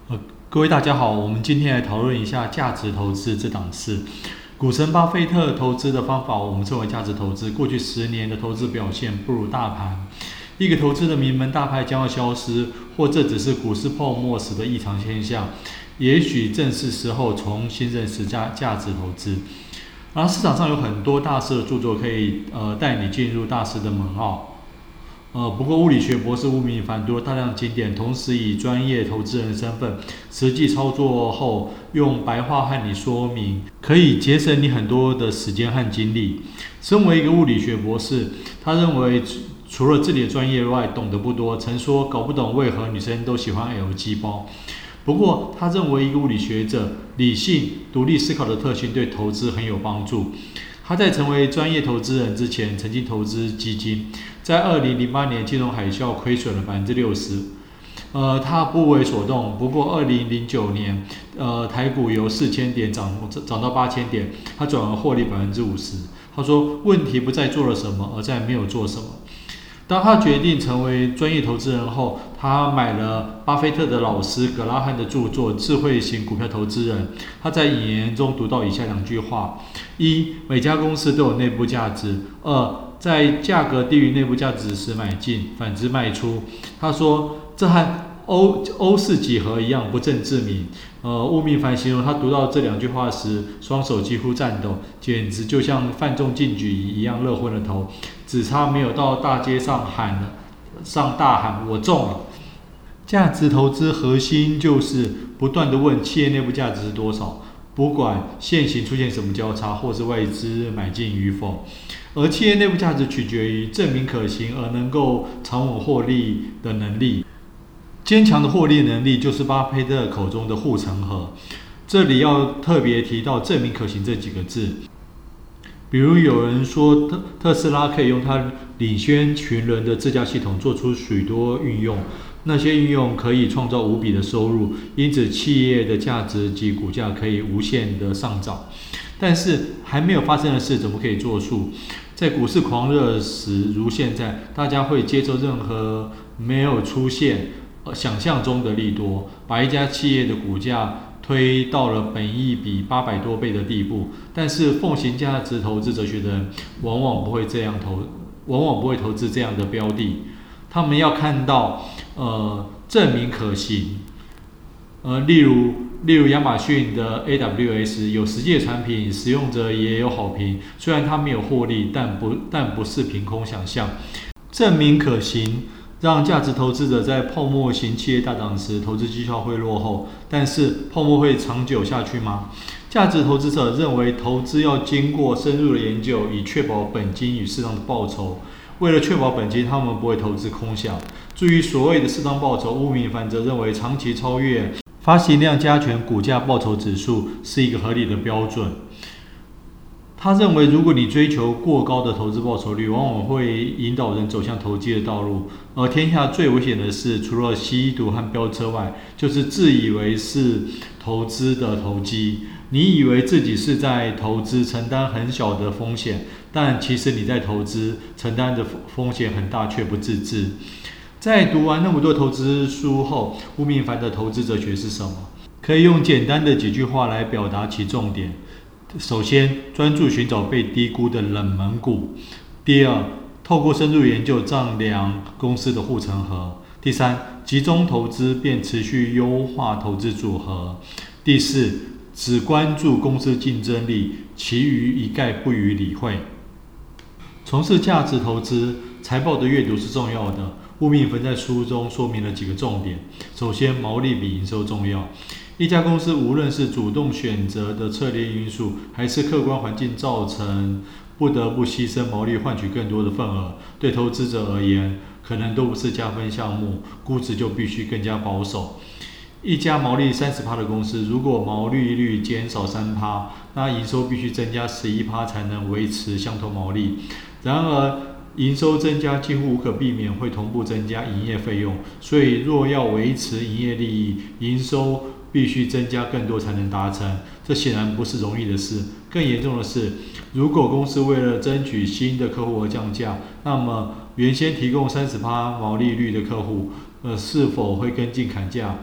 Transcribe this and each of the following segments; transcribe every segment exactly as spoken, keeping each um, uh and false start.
呃，各位大家好，我们今天来讨论一下价值投资这档事。股神巴菲特投资的方法，我们称为价值投资。过去十年的投资表现不如大盘，一个投资的名门大派将要消失，或这只是股市泡沫时的异常现象，也许正是时候重新认识价价值投资。然后市场上有很多大师的著作可以呃带你进入大师的门奥。呃，不过物理学博士吴明凡读了大量经典，同时以专业投资人身份实际操作后，用白话和你说明，可以节省你很多的时间和精力。身为一个物理学博士，他认为除了自己的专业外，懂得不多，曾说搞不懂为何女生都喜欢 L G 包。不过，他认为一个物理学者理性、独立思考的特性对投资很有帮助。他在成为专业投资人之前，曾经投资基金，在二零零八年金融海啸亏损了百分之六十，呃，他不为所动。不过二零零九年，呃，台股由四千点涨涨到八千点，他转而获利百分之五十。他说，问题不在做了什么，而在没有做什么。当他决定成为专业投资人后，他买了巴菲特的老师格拉汉的著作《智慧型股票投资人》。他在引言中读到以下两句话：一、每家公司都有内部价值；二、在价格低于内部价值时买进，反之卖出。他说，这和欧欧式几何一样不正自明。呃，吴明凡形容他读到这两句话时，双手几乎颤抖，简直就像范仲进举一样热昏了头，只差没有到大街上喊了，上大喊我中了。价值投资核心就是不断地问企业内部价值是多少，不管现行出现什么交叉，或是外资买进与否。而企业内部价值取决于证明可行而能够长稳获利的能力。坚强的获利能力就是巴菲特口中的护城河。这里要特别提到证明可行这几个字。比如有人说特特斯拉可以用它领先群人的自驾系统做出许多运用，那些运用可以创造无比的收入，因此企业的价值及股价可以无限的上涨。但是还没有发生的事怎么可以作数？在股市狂热时，如现在，大家会接受任何没有出现想象中的利多，把一家企业的股价推到了本益比八百多倍的地步。但是奉行价值投资哲学的人往往不会这样投，往往不会投资这样的标的。他们要看到呃证明可行。呃，例如例如亚马逊的 A W S 有实际的产品，使用者也有好评，虽然它没有获利，但不但不是凭空想象。证明可行让价值投资者在泡沫型企业大涨时，投资绩效会落后。但是泡沫会长久下去吗？价值投资者认为，投资要经过深入的研究，以确保本金与适当的报酬。为了确保本金，他们不会投资空想。至于所谓的适当报酬，吴明凡则认为，长期超越发行量加权股价报酬指数是一个合理的标准。他认为，如果你追求过高的投资报酬率，往往会引导人走向投机的道路。而天下最危险的事，除了吸毒和飙车外，就是自以为是投资的投机。你以为自己是在投资，承担很小的风险，但其实你在投资，承担的风险很大，却不自知。在读完那么多投资书后，吴明凡的投资哲学是什么？可以用简单的几句话来表达其重点。首先，专注寻找被低估的冷门股；第二，透过深入研究丈量公司的护城河；第三，集中投资并持续优化投资组合；第四，只关注公司竞争力，其余一概不予理会。从事价值投资，财报的阅读是重要的。吴明凡在书中说明了几个重点。首先，毛利比营收重要。一家公司无论是主动选择的策略因素，还是客观环境造成不得不牺牲毛利换取更多的份额，对投资者而言，可能都不是加分项目，估值就必须更加保守。一家毛利 百分之三十 的公司，如果毛利率减少 百分之三， 那营收必须增加 百分之十一 才能维持相同毛利。然而，营收增加几乎无可避免会同步增加营业费用，所以若要维持营业利益，营收必须增加更多才能达成，这显然不是容易的事。更严重的是，如果公司为了争取新的客户而降价，那么原先提供 百分之三十 毛利率的客户，呃，是否会跟进砍价？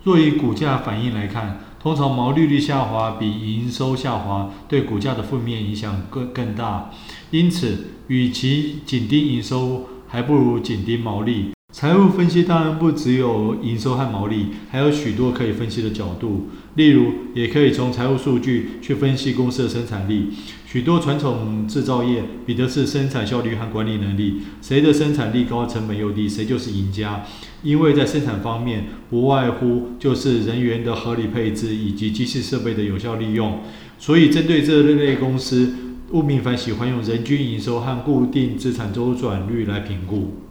若以股价反应来看，通常毛利率下滑比营收下滑对股价的负面影响更更大，因此，与其紧盯营收，还不如紧盯毛利。财务分析当然不只有营收和毛利，还有许多可以分析的角度。例如，也可以从财务数据去分析公司的生产力。许多传统制造业比的是生产效率和管理能力，谁的生产力高、成本又低，谁就是赢家。因为在生产方面，不外乎就是人员的合理配置以及机器设备的有效利用。所以，针对这类公司，吴明凡喜欢用人均营收和固定资产周转率来评估。